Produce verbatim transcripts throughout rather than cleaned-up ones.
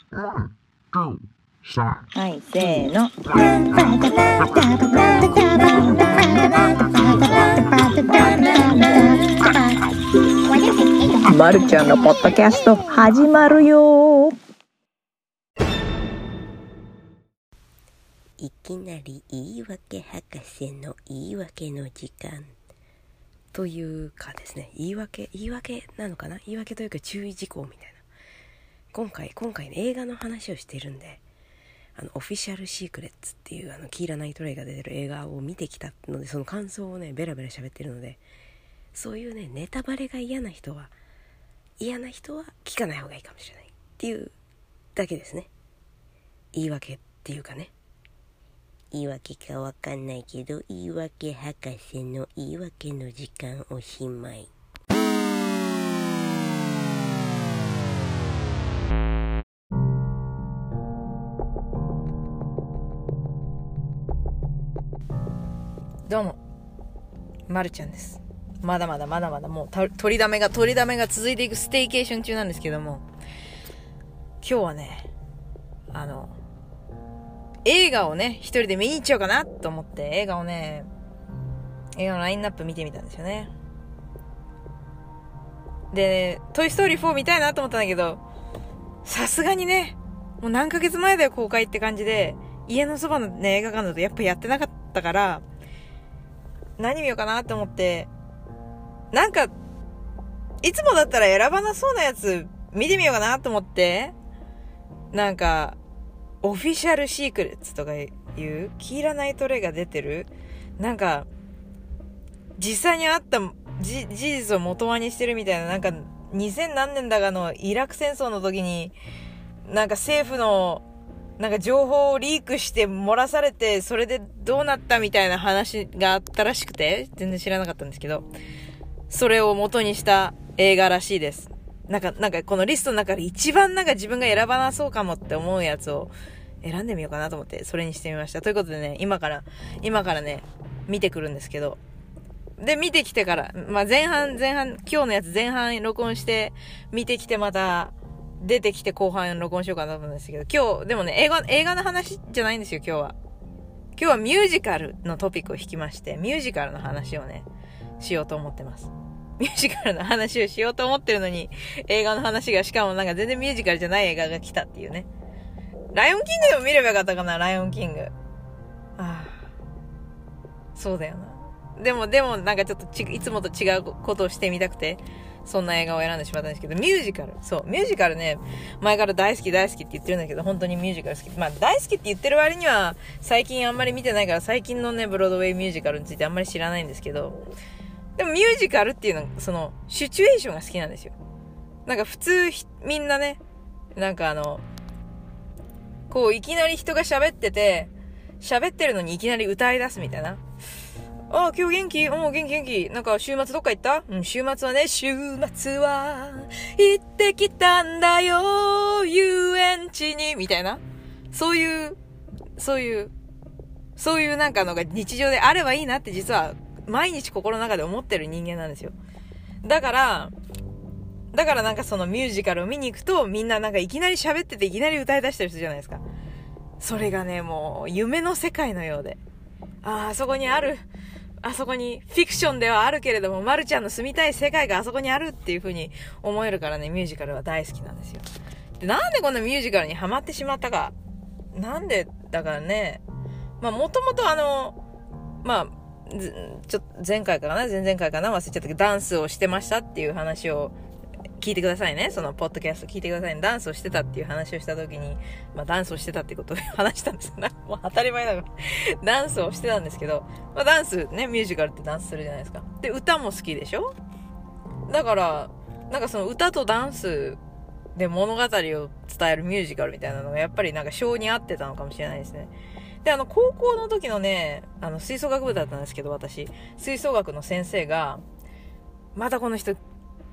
はい、せーの。まるちゃんのポッドキャスト始まるよ。 いきなり言い訳博士の言い訳の時間というかですね、言い訳言い訳なのかな、言い訳というか注意事項みたいな。今回今回、ね、映画の話をしているんで、あのオフィシャルシークレッツっていうあのキーラ・ナイトレイが出てる映画を見てきたので、その感想をねベラベラ喋ってるので、そういうねネタバレが嫌な人は嫌な人は聞かない方がいいかもしれないっていうだけですね。言い訳っていうかね、言い訳かわかんないけど、言い訳博士の言い訳の時間おしまい。 どうも、まるちゃんです。まだまだまだまだもう取りだめが取りだめが続いていくステイケーション中なんですけども、今日はね、あの映画をね一人で見に行っちゃおうかなと思って映画をね映画のラインナップ見てみたんですよね。で、トイストーリーフォー見たいなと思ったんだけど、さすがにねもう何ヶ月前だよ公開って感じで、家のそばのね映画館だとやっぱやってなかったから、何見ようかなと思って、なんかいつもだったら選ばなそうなやつ見てみようかなと思って、なんかオフィシャルシークレッツとかいうキーラ・ナイトレイが出てる、なんか実際にあった事実を元ワにしてるみたいな、なんかにせん何年だかのイラク戦争の時になんか政府のなんか情報をリークして漏らされて、それでどうなったみたいな話があったらしくて、全然知らなかったんですけど、それを元にした映画らしいです。なんか、なんかこのリストの中で一番なんか自分が選ばなそうかもって思うやつを選んでみようかなと思って、それにしてみました。ということでね、今から、今からね、見てくるんですけど、で、見てきてから、まあ前半、前半、今日のやつ前半録音して、見てきてまた、出てきて後半録音しようかなと思うんですけど、今日、でもね、映画、映画の話じゃないんですよ、今日は。今日はミュージカルのトピックを引きまして、ミュージカルの話をね、しようと思ってます。ミュージカルの話をしようと思ってるのに、映画の話が、しかもなんか全然ミュージカルじゃない映画が来たっていうね。ライオンキングでも見ればよかったかな、ライオンキング。ああ。そうだよな。でも、でもなんかちょっとち、いつもと違うことをしてみたくて、そんな映画を選んでしまったんですけど、ミュージカル。そう、ミュージカルね、前から大好き大好きって言ってるんだけど、本当にミュージカル好き。まあ、大好きって言ってる割には、最近あんまり見てないから、最近のね、ブロードウェイミュージカルについてあんまり知らないんですけど、でもミュージカルっていうのは、その、シチュエーションが好きなんですよ。なんか普通、みんなね、なんかあの、こう、いきなり人が喋ってて、喋ってるのにいきなり歌い出すみたいな。ああ、今日元気？うん、元気元気。なんか週末どっか行った？うん、週末はね、週末は行ってきたんだよ、遊園地に、みたいな。そういう、そういう、そういうなんかのが日常であればいいなって実は毎日心の中で思ってる人間なんですよ。だから、だからなんかそのミュージカルを見に行くと、みんななんかいきなり喋ってていきなり歌い出してる人じゃないですか。それがね、もう夢の世界のようで。ああ、あそこにある。あそこにフィクションではあるけれども、まるちゃんの住みたい世界があそこにあるっていう風に思えるからね、ミュージカルは大好きなんですよ。で、なんでこんなミュージカルにハマってしまったか。なんでだからね、まあもともとあの、まあ、ちょっと前回かな、前々回かな、忘れちゃったけど、ダンスをしてましたっていう話を聞いてくださいね。そのポッドキャスト聞いてくださいね。ダンスをしてたっていう話をしたときに、まあダンスをしてたってことを話したんですな。もう当たり前だから。ダンスをしてたんですけど、まあダンスね、ミュージカルってダンスするじゃないですか。で、歌も好きでしょ？だから、なんかその歌とダンスで物語を伝えるミュージカルみたいなのがやっぱりなんか性に合ってたのかもしれないですね。で、あの、高校の時のね、あの、吹奏楽部だったんですけど、私、吹奏楽の先生が、またこの人、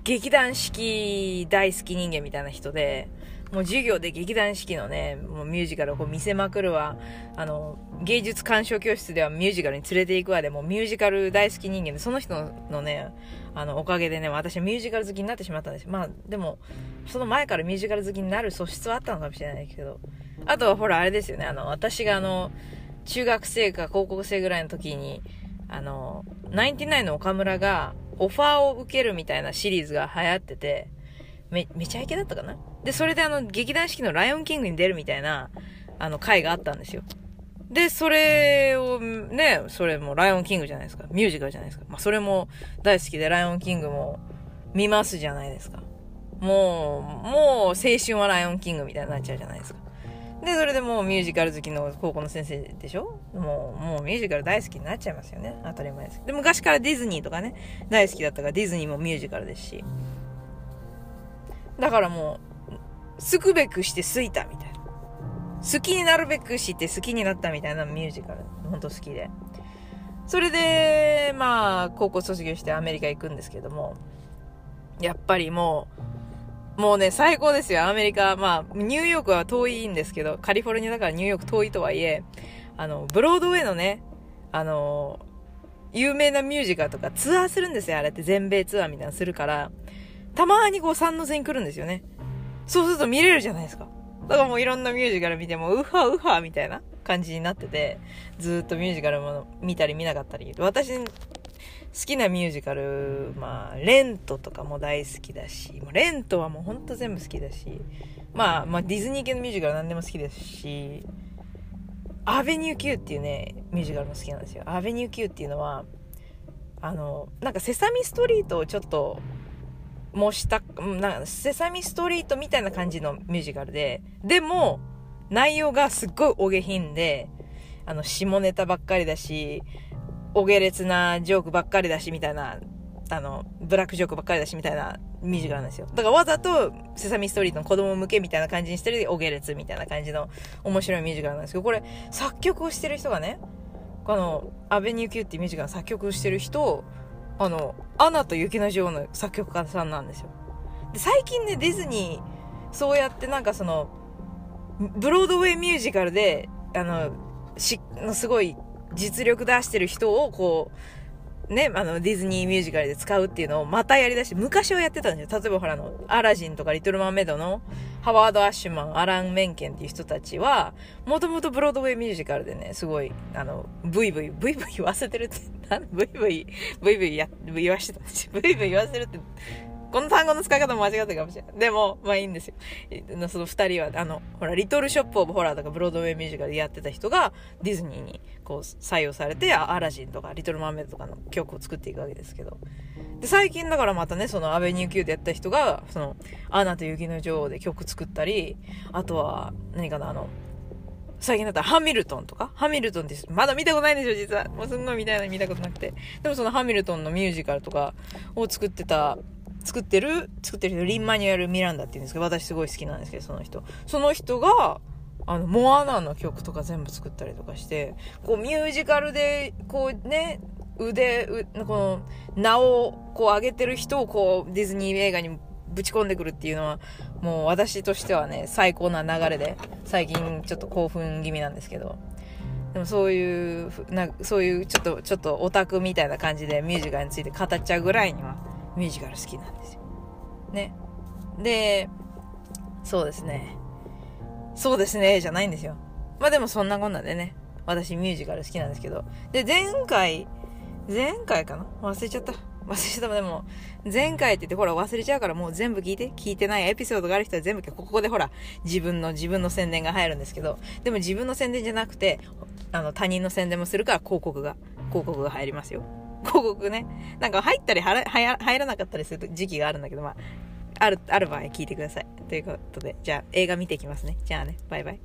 劇団四季大好き人間みたいな人で、もう授業で劇団四季のね、もうミュージカルをこう見せまくるわ。あの、芸術鑑賞教室ではミュージカルに連れて行くわで、もうミュージカル大好き人間で、その人のね、あの、おかげでね、私ミュージカル好きになってしまったんですよ。まあ、でも、その前からミュージカル好きになる素質はあったのかもしれないけど、あとはほら、あれですよね、あの、私があの、中学生か高校生ぐらいの時に、あの、ナインティナインの岡村がオファーを受けるみたいなシリーズが流行ってて、め、めちゃイケだったかな？で、それであの、劇団四季のライオンキングに出るみたいな、あの、回があったんですよ。で、それを、ね、それもライオンキングじゃないですか。ミュージカルじゃないですか。まあ、それも大好きで、ライオンキングも見ますじゃないですか。もう、もう、青春はライオンキングみたいになっちゃうじゃないですか。で、それでもうミュージカル好きの高校の先生でしょ？もう、もうミュージカル大好きになっちゃいますよね。当たり前です。で、昔からディズニーとかね、大好きだったから、ディズニーもミュージカルですし。だからもう、すくべくしてすいたみたいな。好きになるべくして好きになったみたいなミュージカル。ほんと好きで。それで、まあ、高校卒業してアメリカ行くんですけども、やっぱりもう、もうね、最高ですよ、アメリカ。まあ、ニューヨークは遠いんですけど、カリフォルニアだからニューヨーク遠いとはいえ、あの、ブロードウェイのね、あの、有名なミュージカルとかツアーするんですよ、あれって全米ツアーみたいなのするから、たまーにこう三ノ瀬に来るんですよね。そうすると見れるじゃないですか。だからもういろんなミュージカル見ても、ウハウハみたいな感じになってて、ずーっとミュージカルも見たり見なかったり。私、好きなミュージカル、まあ、レントとかも大好きだし、もうレントはもうほんと全部好きだし、まあ、まあディズニー系のミュージカル何でも好きですし、アベニュー Q っていうね、ミュージカルも好きなんですよ。アベニュー Q っていうのは、あの、なんかセサミストリートをちょっと、模したなんかセサミストリートみたいな感じのミュージカルで、でも内容がすっごいお下品で、あの下ネタばっかりだし、お下劣なジョークばっかりだしみたいな、あのブラックジョークばっかりだしみたいなミュージカルなんですよ。だからわざとセサミストリートの子供向けみたいな感じにしてるお下劣みたいな感じの面白いミュージカルなんですけど、これ作曲をしてる人がね、このアベニュー Q っていうミュージカルの作曲をしてる人、あの、アナと雪の女王の作曲家さんなんですよ。で、最近ね、ディズニー、そうやってなんかその、ブロードウェイミュージカルで、あの、し、すごい実力出してる人をこう、ね、あの、ディズニーミュージカルで使うっていうのをまたやりだして、昔はやってたんですよ。例えばほらあの、アラジンとかリトルマーメイドのハワード・アッシュマン、アラン・メンケンっていう人たちは、もともとブロードウェイミュージカルでね、すごい、あの、ブイブイ、ブイブイ言わせてるって、なんブイブイ、ブイブイや、言わしてたんですよ。ブイブイ言わせるって、この単語の使い方も間違ってるかもしれない。でも、まあいいんですよ。その二人は、あの、ほら、リトルショップオブホラーとかブロードウェイミュージカルでやってた人が、ディズニーにこう採用されて、アラジンとかリトルマーメイドとかの曲を作っていくわけですけど。で、最近だからまたね、そのアベニュー Q でやった人が、その、アナと雪の女王で曲作ったり、あとは、何かな、あの、最近だったらハミルトンとかハミルトンってまだ見たことないんですよ、実は。もうすんごい見たいのに見たことなくて。でもそのハミルトンのミュージカルとかを作ってた、作ってる、作ってる人、リンマニュエル・ミランダって言うんですけど、私すごい好きなんですけど、その人。その人が、あの、モアナの曲とか全部作ったりとかして、こうミュージカルで、こうね、腕、うこの、名をこう上げてる人をこう、ディズニー映画にぶち込んでくるっていうのは、もう私としてはね、最高な流れで、最近ちょっと興奮気味なんですけど、でもそういう、なんかそういうちょっと、ちょっとオタクみたいな感じでミュージカルについて語っちゃうぐらいには、ミュージカル好きなんですよ。ね。で、そうですね。そうですね、じゃないんですよ。まあでもそんなこんなでね、私ミュージカル好きなんですけど、で、前回、前回かな忘れちゃった。忘れちゃった。でも、前回って言ってほら忘れちゃうからもう全部聞いて。聞いてないエピソードがある人は全部聞いて、ここでほら、自分の、自分の宣伝が入るんですけど、でも自分の宣伝じゃなくて、あの、他人の宣伝もするから広告が、広告が入りますよ。広告ね。なんか入ったり入ら、入らなかったりする時期があるんだけど、まあ、ある、ある場合聞いてください。ということで、じゃあ映画見ていきますね。じゃあね、バイバイ。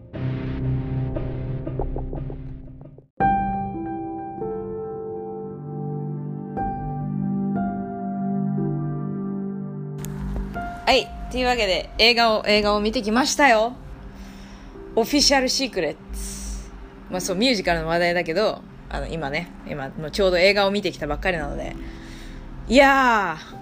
はい。というわけで、映画を、映画を見てきましたよ。オフィシャルシークレッツ。まあそう、ミュージカルの話題だけど、あの、今ね、今、もうちょうど映画を見てきたばっかりなので、いやー、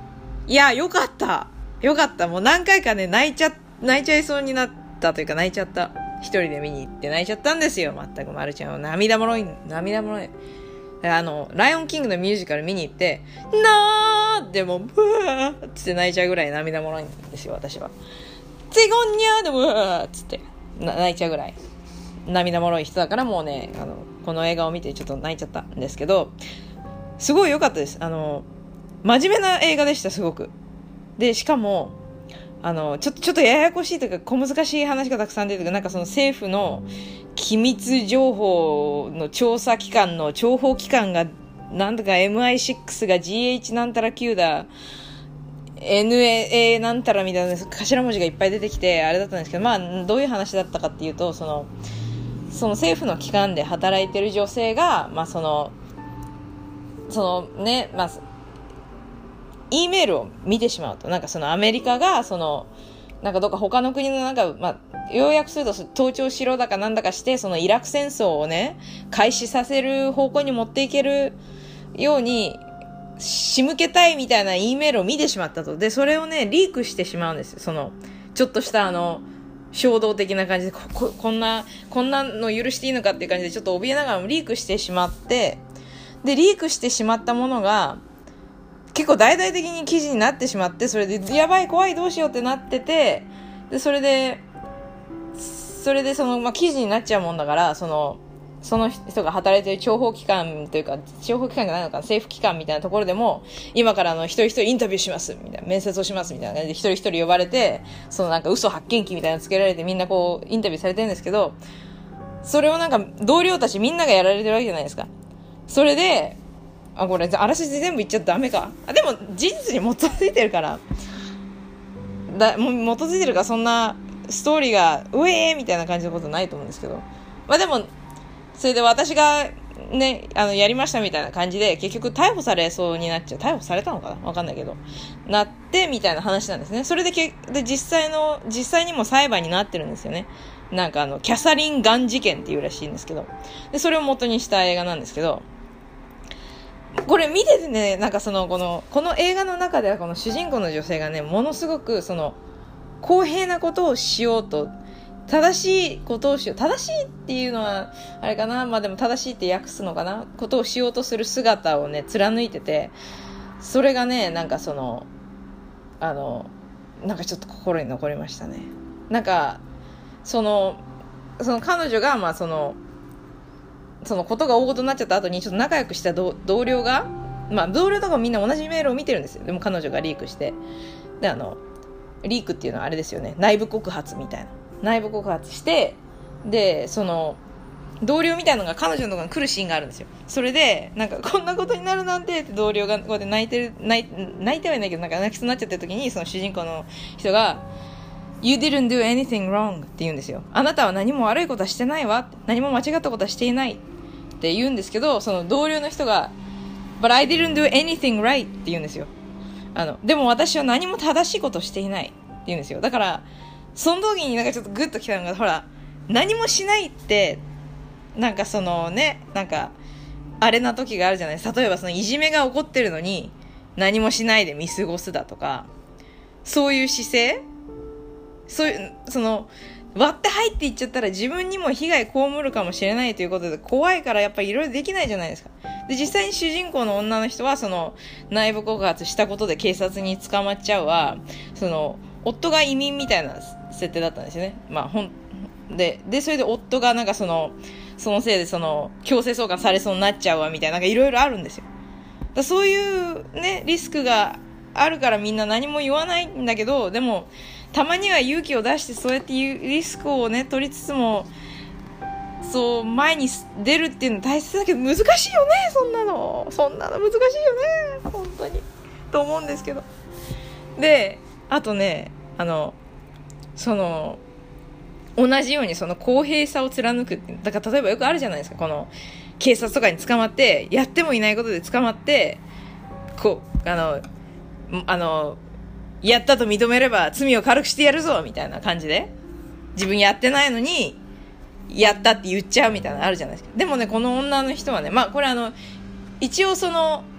いや、よかった。よかった。もう何回かね、泣いちゃ、泣いちゃいそうになったというか泣いちゃった。一人で見に行って泣いちゃったんですよ。まったくまるちゃんは涙もろい、涙もろい。あの、ライオンキングのミュージカル見に行って、なーでも、ブワーって泣いちゃうぐらい涙もろいんですよ、私は。ゼゴンニャーでブワーっつって泣いちゃうぐらい涙もろい人だから、もうね、あの、この映画を見てちょっと泣いちゃったんですけど、すごい良かったです。あの、真面目な映画でした、すごく。で、しかも、あの、ちょっと、ちょっとややこしいというか、小難しい話がたくさん出てくる。なんかその政府の機密情報の調査機関の諜報機関が、なんとか エムアイシックス が ジーエイチ なんたら Q だ、エヌエー なんたらみたいな頭文字がいっぱい出てきて、あれだったんですけど、まあ、どういう話だったかっていうと、その、その政府の機関で働いてる女性が、まあその、そのね、まあ、E メールを見てしまうと、なんかそのアメリカがそのなんかどっか他の国のなんか、まあ、要約すると盗聴しろだかなんだかして、そのイラク戦争をね開始させる方向に持っていけるように仕向けたいみたいな E メールを見てしまったと。でそれをねリークしてしまうんですよ。そのちょっとしたあの衝動的な感じで こ, こ, こんなこんなの許していいのかっていう感じでちょっと怯えながらもリークしてしまって、でリークしてしまったものが結構大々的に記事になってしまって、それでやばい怖いどうしようってなってて、でそれでそれでその、まあ、記事になっちゃうもんだから、そのその人が働いてる諜報機関というか諜報機関じゃないのかな、政府機関みたいなところでも今からあの一人一人インタビューしますみたいな、面接をしますみたいな感じで一人一人呼ばれて、そのなんか嘘発見器みたいなのつけられてみんなこうインタビューされてるんですけど、それをなんか同僚たちみんながやられてるわけじゃないですか。それであ、これあらしじ全部言っちゃダメか。あ、でも事実に基づいてるからだ、もう基づいてるからそんなストーリーがうえーみたいな感じのことないと思うんですけど、まあでもそれで私がねあのやりましたみたいな感じで結局逮捕されそうになっちゃう。逮捕されたのかなわかんないけどなってみたいな話なんですね。それでけで実際の実際にも裁判になってるんですよね。なんかあのキャサリン・ガン事件っていうらしいんですけど、でそれを元にした映画なんですけど、これ見ててね、なんかそのこのこの映画の中ではこの主人公の女性がねものすごくその公平なことをしようと、正しいことをしよう、正しいっていうのはあれかな、まあでも正しいって訳すのかな、ことをしようとする姿をね貫いてて、それがねなんかそのあのなんかちょっと心に残りましたね。なんかそのその彼女がまあそのそのことが大事になっちゃった後にちょっと仲良くした同僚が、まあ同僚とかみんな同じメールを見てるんですよ。でも彼女がリークして、であのリークっていうのはあれですよね、内部告発みたいな、内部告発して、でその同僚みたいなのが彼女のところに来るシーンがあるんですよ。それでなんかこんなことになるなんてって同僚がこうやって泣いてる泣い泣いてはいないけどなんか泣きそうになっちゃってる時に、その主人公の人がYou didn't do anything wrong って言うんですよ。あなたは何も悪いことはしてないわ、何も間違ったことはしていないって言うんですけど、その同僚の人が But I didn't do anything right って言うんですよ。あのでも私は何も正しいことをしていないって言うんですよ。だからその時になんかちょっとグッときたのが、ほら何もしないってなんかそのねなんかあれな時があるじゃないですか。例えばそのいじめが起こってるのに何もしないで見過ごすだとか、そういう姿勢、そういうその割って入っていっちゃったら自分にも被害被るかもしれないということで怖いからやっぱりいろいろできないじゃないですか。で実際に主人公の女の人はその内部告発したことで警察に捕まっちゃうは、その夫が移民みたいな設定だったんですよね。まあほんででそれで夫がなんかそのそのせいでその強制送還されそうになっちゃうわみたいな、なんかいろいろあるんですよ。だそういうねリスクがあるからみんな何も言わないんだけど、でもたまには勇気を出してそうやっていうリスクをね取りつつもそう前に出るっていうの大切だけど難しいよね。そんなのそんなの難しいよね本当にと思うんですけど。であとねあのその同じようにその公平さを貫くって、だから例えばよくあるじゃないですか、この警察とかに捕まってやってもいないことで捕まってこうあのあのやったと認めれば罪を軽くしてやるぞみたいな感じで、自分やってないのにやったって言っちゃうみたいなのあるじゃないですか。でもねこの女の人はね、まあこれあの一応その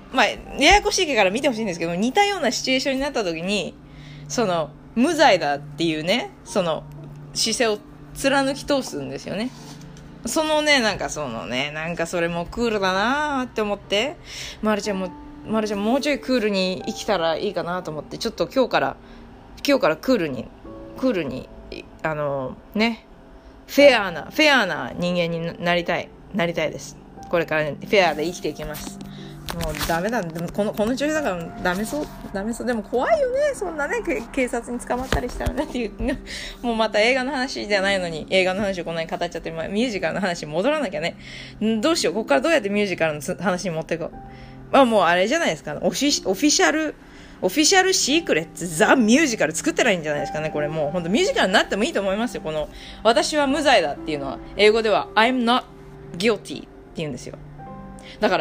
まあ、ややこしいから見てほしいんですけど、似たようなシチュエーションになった時に、その、無罪だっていうね、その、姿勢を貫き通すんですよね。そのね、なんかそのね、なんかそれもクールだなーって思って、まるちゃんも、まるちゃんもうちょいクールに生きたらいいかなと思って、ちょっと今日から、今日からクールに、クールに、あのね、フェアな、フェアな人間になりたい、なりたいです。これからね、フェアで生きていきます。もうダメだ、でもこの、この調子だからダメそう、ダメそう。でも怖いよね、そんなね、警察に捕まったりしたらねっていう。もうまた映画の話じゃないのに、映画の話をこんなに語っちゃって、まあ、ミュージカルの話に戻らなきゃね。どうしよう、ここからどうやってミュージカルの話に持っていこう。まあもうあれじゃないですか、オフィ、オフィシャル、オフィシャルシークレッツザ・ミュージカル作ってないんじゃないですかね。これもう本当ミュージカルになってもいいと思いますよ。この私は無罪だっていうのは英語では I'm not guilty って言うんですよ。だから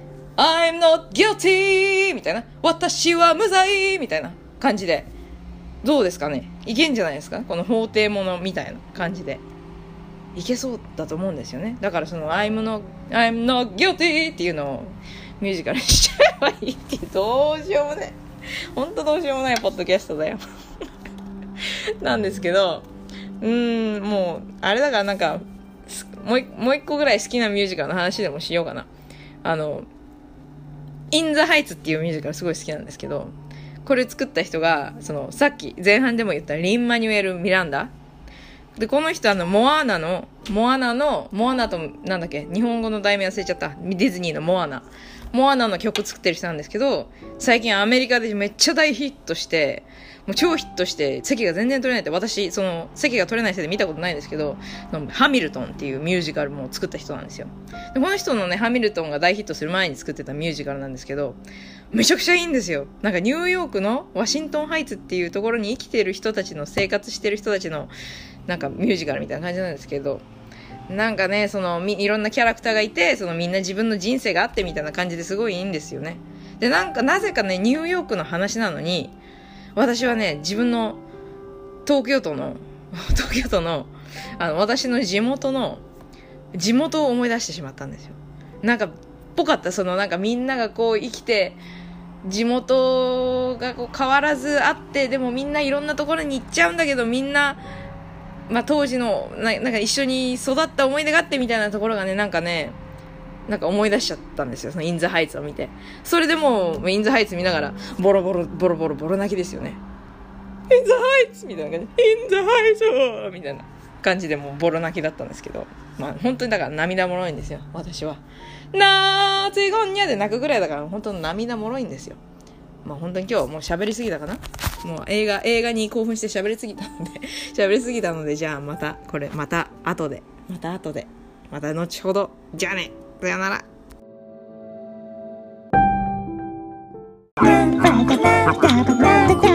I'm not guilty みたいな、私は無罪みたいな感じでどうですかね。いけんじゃないですか、この法廷ものみたいな感じでいけそうだと思うんですよね。だからその I'm not, I'm not guilty っていうのをミュージカルにしちゃえばいいっていう、どうしようもね、本当どうしようもないポッドキャストだよなんですけど、うーん、もうあれだからなんかもうもう一個ぐらい好きなミュージカルの話でもしようかな。あのインザハイツっていうミュージカルすごい好きなんですけど、これ作った人がそのさっき前半でも言ったリン・マニュエル・ミランダで、この人あのモアナのモアナのモアナとなんだっけ、日本語の題名忘れちゃった。ディズニーのモアナモアナの曲作ってる人なんですけど、最近アメリカでめっちゃ大ヒットして、もう超ヒットして席が全然取れないって、私その席が取れない人で見たことないんですけど、ハミルトンっていうミュージカルも作った人なんですよ。でこの人のね、ハミルトンが大ヒットする前に作ってたミュージカルなんですけど、めちゃくちゃいいんですよ。なんかニューヨークのワシントンハイツっていうところに生きてる人たちの、生活してる人たちのなんかミュージカルみたいな感じなんですけど、なんかね、そのいろんなキャラクターがいて、そのみんな自分の人生があってみたいな感じですごいいいんですよね。でなんかなぜかね、ニューヨークの話なのに、私はね、自分の東京都の東京都のあの私の地元の地元を思い出してしまったんですよ。なんかぽかった。そのなんかみんながこう生きて、地元がこう変わらずあって、でもみんないろんなところに行っちゃうんだけど、みんなまあ、当時のな、なんか一緒に育った思い出があってみたいなところがね、なんかね、なんか思い出しちゃったんですよ、そのインザハイツを見て。それでもうインザハイツ見ながらボロボロボロボロボロ泣きですよね。インザハイツみたいな感じ、インザハイツみたいな感じでもうボロ泣きだったんですけど、まあ本当にだから涙もろいんですよ、私は。なーついごんにゃで泣くぐらいだから本当に涙もろいんですよ。まあ本当に今日はもう喋りすぎたかな。もう映画、映画に興奮して喋りすぎたので、喋りすぎたので、じゃあまた、これ、また後で、また後で、また後ほど、じゃあね、さよなら。バカバカバカバカ